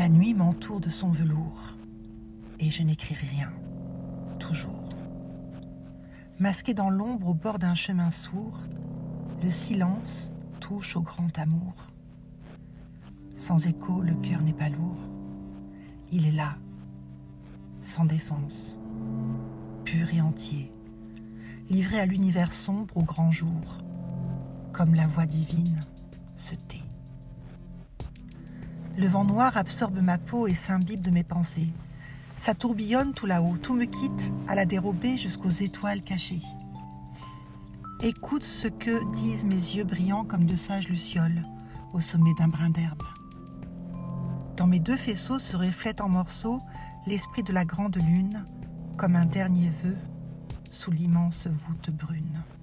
La nuit m'entoure de son velours, et je n'écris rien, toujours. Masqué dans l'ombre au bord d'un chemin sourd, le silence touche au grand amour. Sans écho, le cœur n'est pas lourd. Il est là, sans défense, pur et entier, livré à l'univers sombre au grand jour, comme la voix divine se tait. Le vent noir absorbe ma peau et s'imbibe de mes pensées. Ça tourbillonne tout là-haut, tout me quitte à la dérobée jusqu'aux étoiles cachées. Écoute ce que disent mes yeux brillants comme de sages lucioles au sommet d'un brin d'herbe. Dans mes deux faisceaux se reflète en morceaux l'esprit de la grande lune, comme un dernier vœu sous l'immense voûte brune.